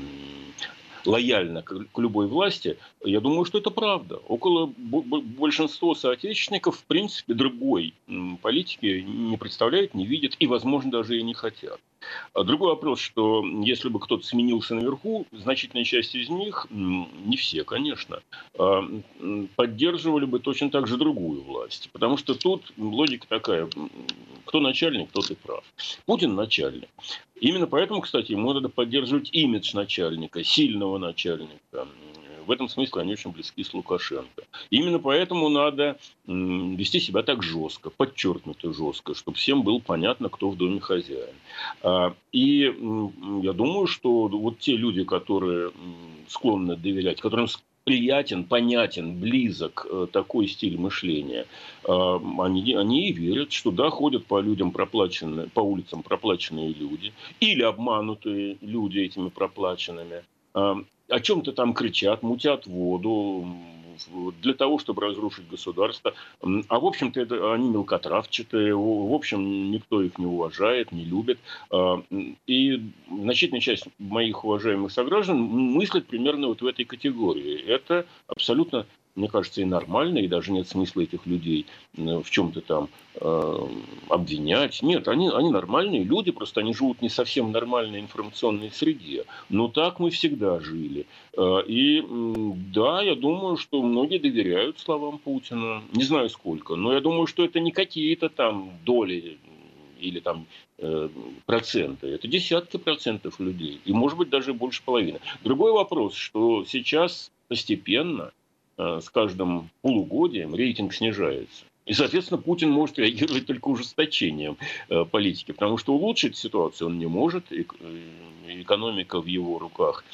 лояльно к любой власти, я думаю, что это правда. Большинство соотечественников, в принципе, другой политики не представляют, не видят и, возможно, даже и не хотят. Другой вопрос, что если бы кто-то сменился наверху, значительная часть из них, не все, конечно, поддерживали бы точно так же другую власть. Потому что тут логика такая, кто начальник, тот и прав. Путин начальник. Именно поэтому, кстати, ему надо поддерживать имидж начальника, сильного начальника. В этом смысле они очень близки с Лукашенко. Именно поэтому надо вести себя так жестко, подчеркнуто жестко, чтобы всем было понятно, кто в доме хозяин. И я думаю, что вот те люди, которые склонны доверять, которым приятен, понятен, близок такой стиль мышления, они и верят, что да, ходят по людям проплаченные, по улицам проплаченные люди или обманутые люди этими проплаченными, о чем-то там кричат, мутят воду для того, чтобы разрушить государство. А в общем-то это они мелкотравчатые, в общем никто их не уважает, не любит. И значительная часть моих уважаемых сограждан мыслит примерно вот в этой категории. Это абсолютно, мне кажется, и нормально, и даже нет смысла этих людей в чем-то там обвинять. Нет, они нормальные люди, просто они живут не совсем в нормальной информационной среде. Но так мы всегда жили. И да, я думаю, что многие доверяют словам Путина. Не знаю сколько, но я думаю, что это не какие-то там доли или там проценты. Это десятки процентов людей. И может быть даже больше половины. Другой вопрос, что сейчас постепенно с каждым полугодием рейтинг снижается. И, соответственно, Путин может реагировать только ужесточением политики, потому что улучшить ситуацию он не может. Экономика в его руках,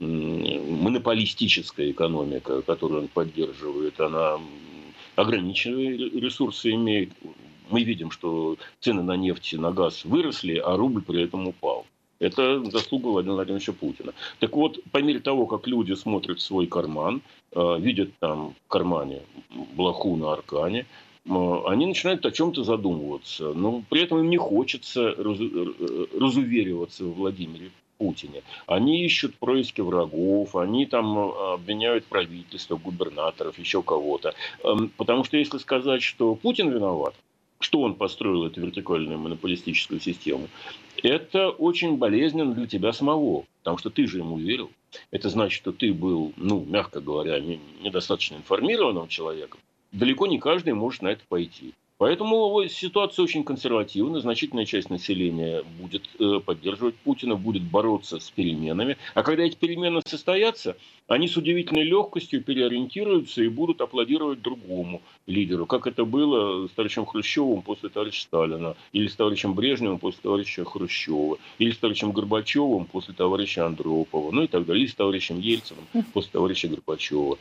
монополистическая экономика, которую он поддерживает, она ограниченные ресурсы имеет. Мы видим, что цены на нефть и на газ выросли, а рубль при этом упал. Это заслуга Владимира Владимировича Путина. Так вот, по мере того, как люди смотрят в свой карман, видят там в кармане блоху на аркане, они начинают о чем-то задумываться. Но при этом им не хочется разувериваться в Владимире Путине. Они ищут происки врагов, они там обвиняют правительство, губернаторов, еще кого-то. Потому что если сказать, что Путин виноват, что он построил эту вертикальную монополистическую систему, это очень болезненно для тебя самого, потому что ты же ему верил. Это значит, что ты был, мягко говоря, недостаточно информированным человеком. Далеко не каждый может на это пойти. Поэтому ситуация очень консервативна. Значительная часть населения будет поддерживать Путина, будет бороться с переменами. А когда эти перемены состоятся, они с удивительной легкостью переориентируются и будут аплодировать другому лидеру. Как это было с товарищем Хрущевым после товарища Сталина, или с товарищем Брежневым после товарища Хрущева, или с товарищем Горбачевым после товарища Андропова, и так далее, или с товарищем Ельциным после товарища Горбачева.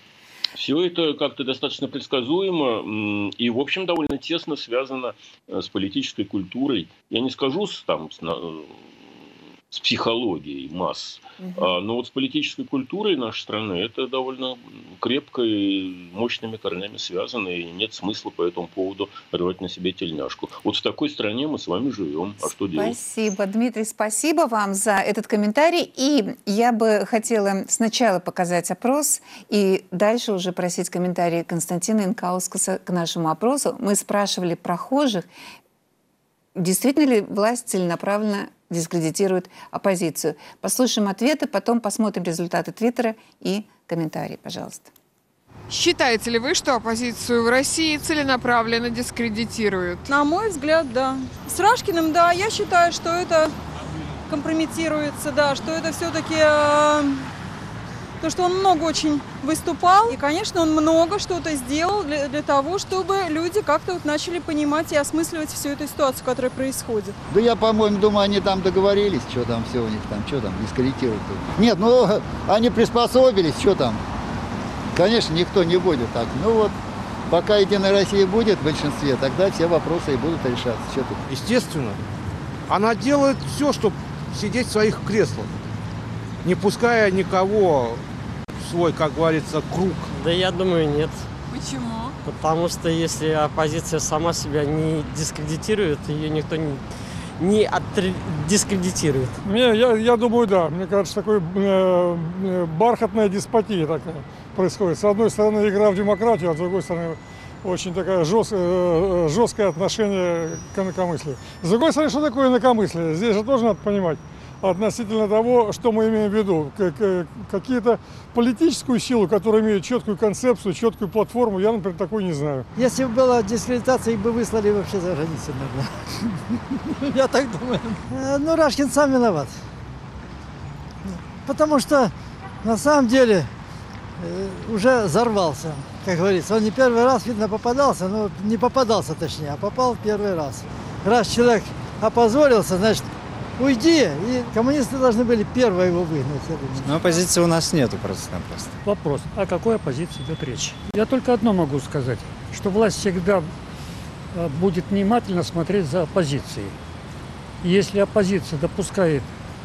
Все это как-то достаточно предсказуемо и, в общем, довольно тесно связано с политической культурой. Я не скажу с с психологией масс. Но вот с политической культурой нашей страны это довольно крепко и мощными корнями связано, и нет смысла по этому поводу рвать на себе тельняшку. Вот в такой стране мы с вами живем. А что делать? Спасибо, Дмитрий, спасибо вам за этот комментарий. И я бы хотела сначала показать опрос и дальше уже просить комментарии Константина Инкаускаса к нашему опросу. Мы спрашивали прохожих, действительно ли власть целенаправленно дискредитирует оппозицию. Послушаем ответы, потом посмотрим результаты Твиттера и комментарии, пожалуйста. Считаете ли вы, что оппозицию в России целенаправленно дискредитируют? На мой взгляд, да. С Рашкиным, да, я считаю, что это компрометируется, да, что это все-таки то, что он много очень выступал. И, конечно, он много что-то сделал для того, чтобы люди как-то вот начали понимать и осмысливать всю эту ситуацию, которая происходит. Да я, по-моему, думаю, они там договорились, что там все у них там, что там, дискредитируют. Нет, ну, они приспособились, что там. Конечно, никто не будет так. Ну вот, пока Единая Россия будет в большинстве, тогда все вопросы и будут решаться. Что тут? Естественно. Она делает все, чтобы сидеть в своих креслах, не пуская никого в свой, как говорится, круг. Да я думаю, нет. Почему? Потому что если оппозиция сама себя не дискредитирует, ее никто не дискредитирует. Я думаю, да. Мне кажется, такой бархатная деспотия такая происходит. С одной стороны, игра в демократию, а с другой стороны, очень такое жесткое отношение к инакомыслию. С другой стороны, что такое инакомыслие? Здесь же тоже надо понимать относительно того, что мы имеем в виду. Какие-то политическую силу, которая имеет четкую концепцию, четкую платформу, я, например, такой не знаю. Если бы была дискредитация, их бы выслали вообще за границу, наверное. Я так думаю. Ну, Рашкин сам виноват. Потому что, на самом деле, уже взорвался, как говорится. Он не первый раз, видно, попадался, но не попадался точнее, а попал в первый раз. Раз человек опозорился, значит, уйди, и коммунисты должны были первые его выгнать. Но оппозиции у нас нету просто-напросто. Вопрос, о какой оппозиции идет речь? Я только одно могу сказать, что власть всегда будет внимательно смотреть за оппозицией. Если оппозиция допускает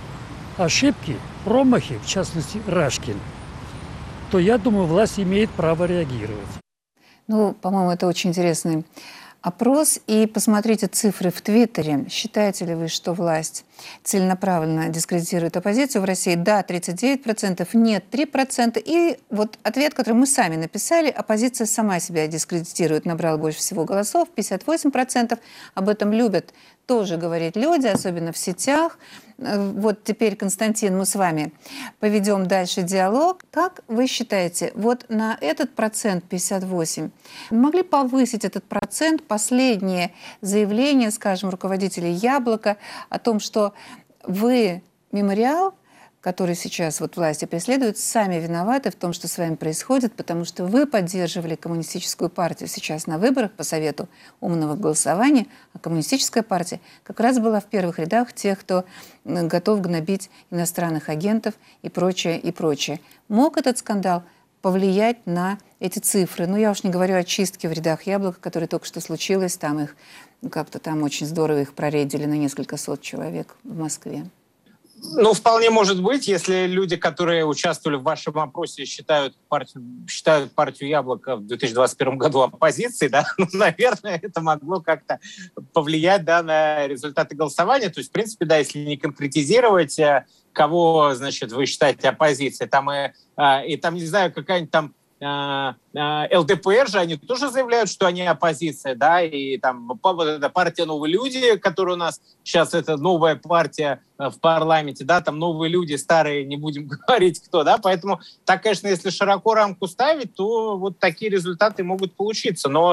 ошибки, промахи, в частности Рашкин, то, я думаю, власть имеет право реагировать. Ну, по-моему, это очень интересный опрос. И посмотрите цифры в Твиттере. Считаете ли вы, что власть целенаправленно дискредитирует оппозицию в России? Да, 39%, нет, 3%. И вот ответ, который мы сами написали, оппозиция сама себя дискредитирует, набрала больше всего голосов, 58%. Об этом любят тоже говорить люди, особенно в сетях. Вот теперь, Константин, мы с вами поведем дальше диалог. Как вы считаете, вот на этот процент 58 могли повысить этот процент последние заявления, скажем, руководителей «Яблока» о том, что вы, мемориал, который сейчас вот власти преследуют, сами виноваты в том, что с вами происходит, потому что вы поддерживали коммунистическую партию сейчас на выборах по совету умного голосования, а коммунистическая партия как раз была в первых рядах тех, кто готов гнобить иностранных агентов и прочее, и прочее. Мог этот скандал повлиять на эти цифры? Ну, я уж не говорю о чистке в рядах «Яблока», которая только что случилась, там их как-то там очень здорово их проредили на несколько сот человек в Москве. Ну, вполне может быть, если люди, которые участвовали в вашем опросе, считают партию «Яблоко» в 2021 году оппозицией, да, ну, наверное, это могло как-то повлиять, да, на результаты голосования. То есть, в принципе, да, если не конкретизировать, кого, значит, вы считаете оппозицией, там и там, не знаю, какая-нибудь там ЛДПР же, они тоже заявляют, что они оппозиция, да, и там партия «Новые люди», которая у нас сейчас, это новая партия в парламенте, да, там новые люди, старые, не будем говорить кто, да, поэтому так, конечно, если широко рамку ставить, то вот такие результаты могут получиться, но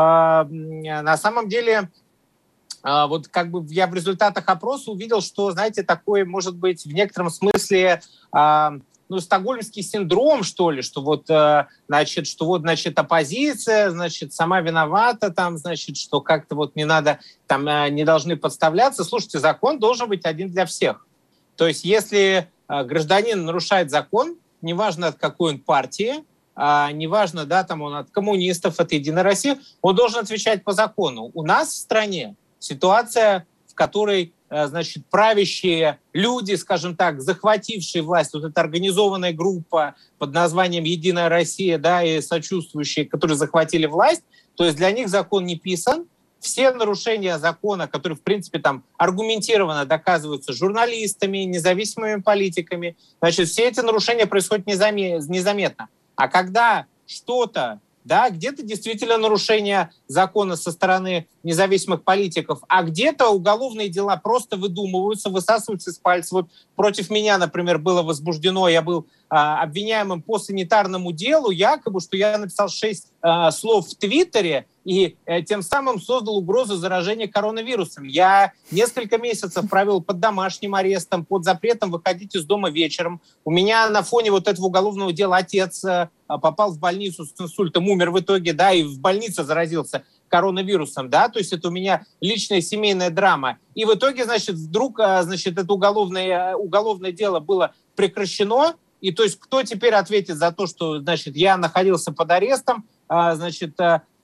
на самом деле вот как бы я в результатах опроса увидел, что, знаете, такой, может быть, в некотором смысле ну, стокгольмский синдром, что ли, что вот, значит, оппозиция, значит, сама виновата, там, значит, что как-то вот не надо, там, не должны подставляться. Слушайте, закон должен быть один для всех. То есть, если гражданин нарушает закон, неважно от какой он партии, неважно, да, там он от коммунистов, от Единой России, он должен отвечать по закону. У нас в стране ситуация, в которой значит, правящие люди, скажем так, захватившие власть, вот эта организованная группа под названием «Единая Россия», да, и сочувствующие, которые захватили власть, то есть для них закон не писан. Все нарушения закона, которые, в принципе, там аргументированно доказываются журналистами, независимыми политиками, значит, все эти нарушения происходят незаметно. А когда что-то, да, где-то действительно нарушение закона со стороны независимых политиков, а где-то уголовные дела просто выдумываются, высасываются из пальца. Вот против меня, например, было возбуждено, я был обвиняемым по санитарному делу, якобы, что я написал 6 слов в Твиттере и тем самым создал угрозу заражения коронавирусом. Я несколько месяцев провел под домашним арестом, под запретом выходить из дома вечером. У меня на фоне вот этого уголовного дела отец попал в больницу с инсультом, умер в итоге, да, и в больнице заразился коронавирусом, да, то есть это у меня личная семейная драма. И в итоге, значит, вдруг, значит, это уголовное дело было прекращено, и то есть кто теперь ответит за то, что, значит, я находился под арестом, значит,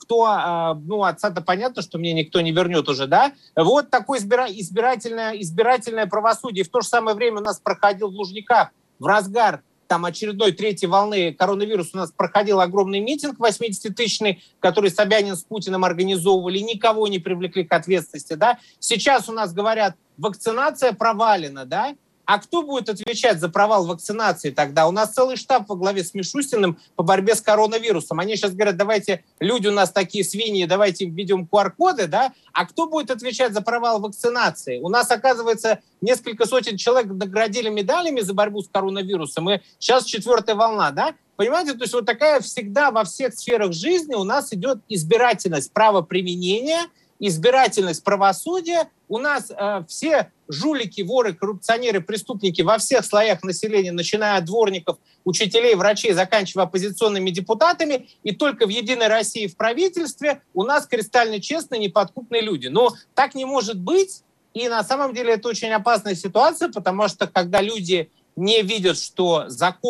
кто, ну, отца-то понятно, что мне никто не вернет уже, да, вот такое избирательное правосудие. В то же самое время у нас проходил в Лужниках в разгар там очередной 3-й волны коронавируса у нас проходил огромный митинг 80-тысячный, который Собянин с Путиным организовывали, никого не привлекли к ответственности, да. Сейчас у нас говорят, вакцинация провалена, да. А кто будет отвечать за провал вакцинации тогда? У нас целый штаб во главе с Мишустиным по борьбе с коронавирусом. Они сейчас говорят, давайте, люди у нас такие свиньи, давайте введем QR-коды, да? А кто будет отвечать за провал вакцинации? У нас, оказывается, несколько сотен человек наградили медалями за борьбу с коронавирусом, и сейчас 4-я волна, да? Понимаете, то есть вот такая всегда во всех сферах жизни у нас идет избирательность правоприменения, избирательность правосудия. У нас все жулики, воры, коррупционеры, преступники во всех слоях населения, начиная от дворников, учителей, врачей, заканчивая оппозиционными депутатами, и только в «Единой России» в правительстве у нас кристально честные, неподкупные люди. Но так не может быть, и на самом деле это очень опасная ситуация, потому что когда люди не видят, что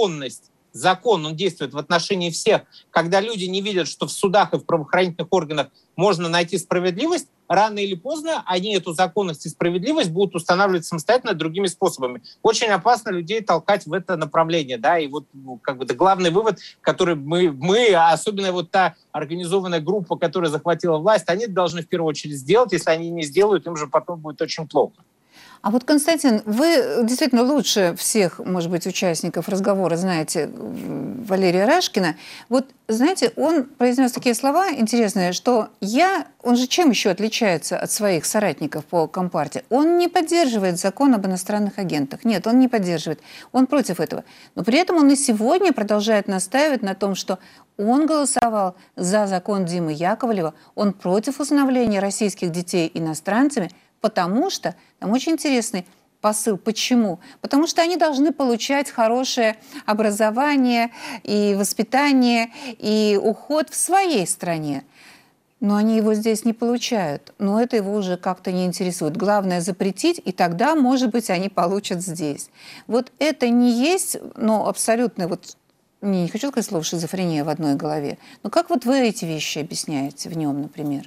закон, он действует в отношении всех, когда люди не видят, что в судах и в правоохранительных органах можно найти справедливость, рано или поздно они эту законность и справедливость будут устанавливать самостоятельно другими способами. Очень опасно людей толкать в это направление, да, и вот как бы главный вывод, который мы, особенно вот та организованная группа, которая захватила власть, они должны в первую очередь сделать. Если они не сделают, им же потом будет очень плохо. А вот, Константин, вы действительно лучше всех, может быть, участников разговора знаете Валерия Рашкина. Вот, знаете, он произнес такие слова интересные, что он же чем еще отличается от своих соратников по Компартии? Он не поддерживает закон об иностранных агентах. Нет, он не поддерживает. Он против этого. Но при этом он и сегодня продолжает настаивать на том, что он голосовал за закон Димы Яковлева, он против усыновления российских детей иностранцами, потому что, там очень интересный посыл. Почему? Потому что они должны получать хорошее образование и воспитание, и уход в своей стране. Но они его здесь не получают. Но это его уже как-то не интересует. Главное запретить, и тогда, может быть, они получат здесь. Вот это не есть, но абсолютно, вот, не хочу сказать слово шизофрения в одной голове. Но как вот вы эти вещи объясняете в нем, например?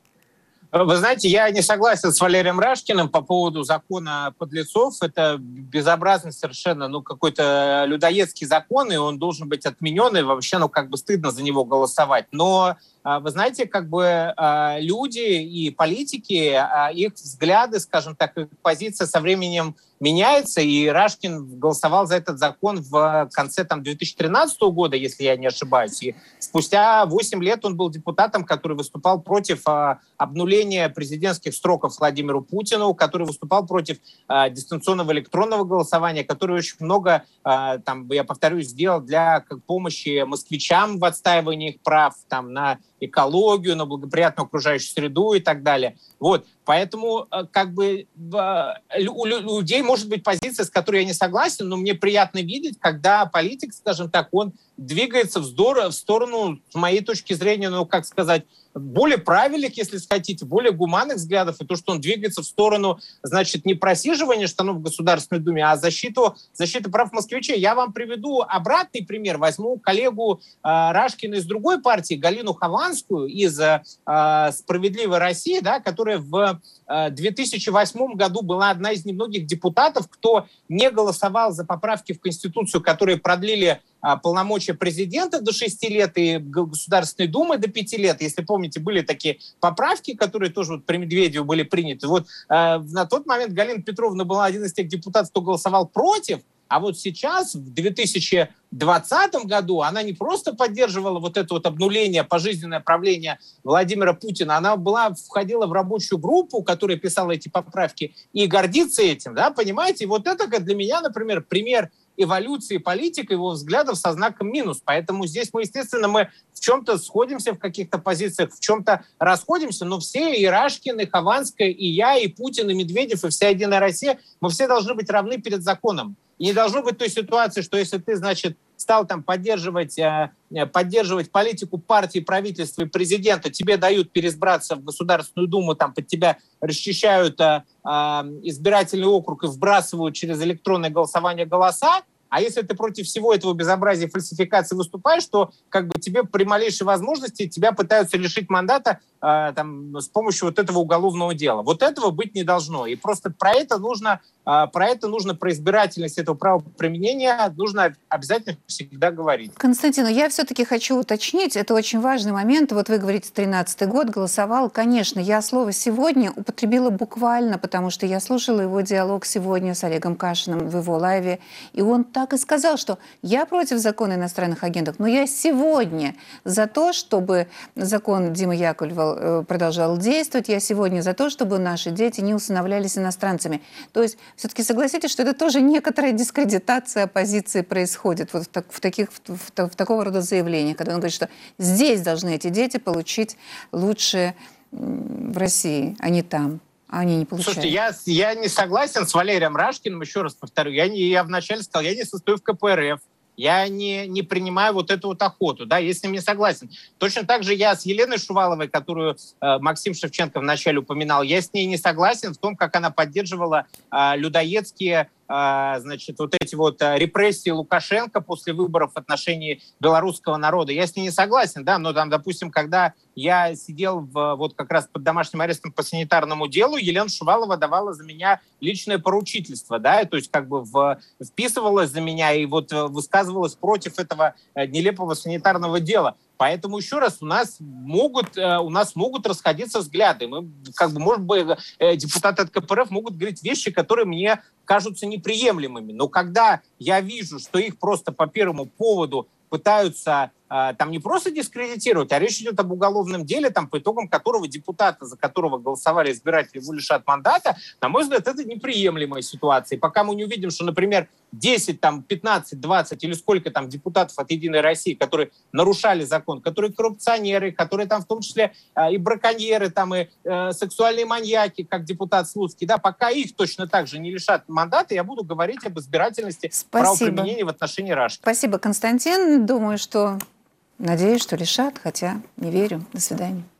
Вы знаете, я не согласен с Валерием Рашкиным по поводу закона подлецов. Это безобразный совершенно, какой-то людоедский закон, и он должен быть отменен, и вообще, как бы стыдно за него голосовать. Но вы знаете, как бы люди и политики, их взгляды, скажем так, их позиция со временем меняется, и Рашкин голосовал за этот закон в конце 2013 года, если я не ошибаюсь. И спустя 8 лет он был депутатом, который выступал против обнуления президентских сроков Владимиру Путину, который выступал против дистанционного электронного голосования, который очень много, я повторюсь, сделал для помощи москвичам в отстаивании их прав, на экологию, на благоприятную окружающую среду и так далее. Вот. Поэтому как бы у людей может быть позиция, с которой я не согласен, но мне приятно видеть, когда политик, скажем так, он двигается в сторону, с моей точки зрения, более правильных, если хотите, более гуманных взглядов, и то, что он двигается в сторону, не просиживания штанов в Государственной Думе, а защиты прав москвичей. Я вам приведу обратный пример. Возьму коллегу Рашкина из другой партии, Галину Хованскую из «Справедливой России», да, которая в в 2008 году была одна из немногих депутатов, кто не голосовал за поправки в Конституцию, которые продлили полномочия президента до 6 лет и Государственной Думы до 5 лет. Если помните, были такие поправки, которые тоже вот при Медведеве были приняты. Вот на тот момент Галина Петровна была один из тех депутатов, кто голосовал против, а вот сейчас, в 2020 году, она не просто поддерживала вот это вот обнуление, пожизненное правление Владимира Путина, она входила в рабочую группу, которая писала эти поправки, и гордится этим, да, понимаете? И вот это для меня, например, пример эволюции политика, его взглядов со знаком минус. Поэтому здесь мы, естественно, мы в чем-то сходимся в каких-то позициях, в чем-то расходимся, но все, и Рашкин, и Хованская, и я, и Путин, и Медведев, и вся Единая Россия, мы все должны быть равны перед законом. И не должно быть той ситуации, что если ты, значит, стал там поддерживать политику партии, правительства и президента, тебе дают переизбраться в Государственную Думу, там под тебя расчищают избирательный округ и вбрасывают через электронное голосование голоса, а если ты против всего этого безобразия и фальсификации выступаешь, то как бы тебе при малейшей возможности тебя пытаются лишить мандата с помощью вот этого уголовного дела. Вот этого быть не должно. И просто про избирательность этого правоприменения нужно обязательно всегда говорить. Константин, я все-таки хочу уточнить, это очень важный момент. Вот вы говорите, 13-й год голосовал. Конечно, я слово «сегодня» употребила буквально, потому что я слушала его диалог сегодня с Олегом Кашиным в его лайве, и он так и сказал, что я против закона о иностранных агентах, но я сегодня за то, чтобы закон Димы Яковлева продолжал действовать, я сегодня за то, чтобы наши дети не усыновлялись иностранцами. То есть все-таки согласитесь, что это тоже некоторая дискредитация оппозиции происходит вот в такого рода заявлениях, когда он говорит, что здесь должны эти дети получить лучшее в России, а не там. А они не получают. Слушайте, я не согласен с Валерием Рашкиным, еще раз повторю. Я вначале сказал, я не состою в КПРФ. Я не принимаю вот эту вот охоту, да, я с ним не согласен. Точно так же я с Еленой Шуваловой, которую Максим Шевченко вначале упоминал, я с ней не согласен в том, как она поддерживала людоедские вот эти вот репрессии Лукашенко после выборов в отношении белорусского народа. Я с ней не согласен, да, но там, допустим, когда я сидел вот как раз под домашним арестом по санитарному делу, Елена Шувалова давала за меня личное поручительство, да, то есть как бы вписывалась за меня и вот высказывалась против этого нелепого санитарного дела. Поэтому еще раз, у нас могут расходиться взгляды. Мы, может быть, депутаты от КПРФ могут говорить вещи, которые мне кажутся неприемлемыми. Но когда я вижу, что их просто по первому поводу пытаются там не просто дискредитировать, а речь идет об уголовном деле, там, по итогам которого депутата, за которого голосовали избиратели, его лишат мандата, на мой взгляд, это неприемлемая ситуация. И пока мы не увидим, что, например, 10, 15, 20 или сколько там депутатов от «Единой России», которые нарушали закон, которые коррупционеры, которые там в том числе и браконьеры, там, и сексуальные маньяки, как депутат Слуцкий, да, пока их точно так же не лишат мандата, я буду говорить об избирательности правоприменения в отношении Рашкина. Спасибо, Константин. Думаю, что... Надеюсь, что лишат, хотя не верю. До свидания.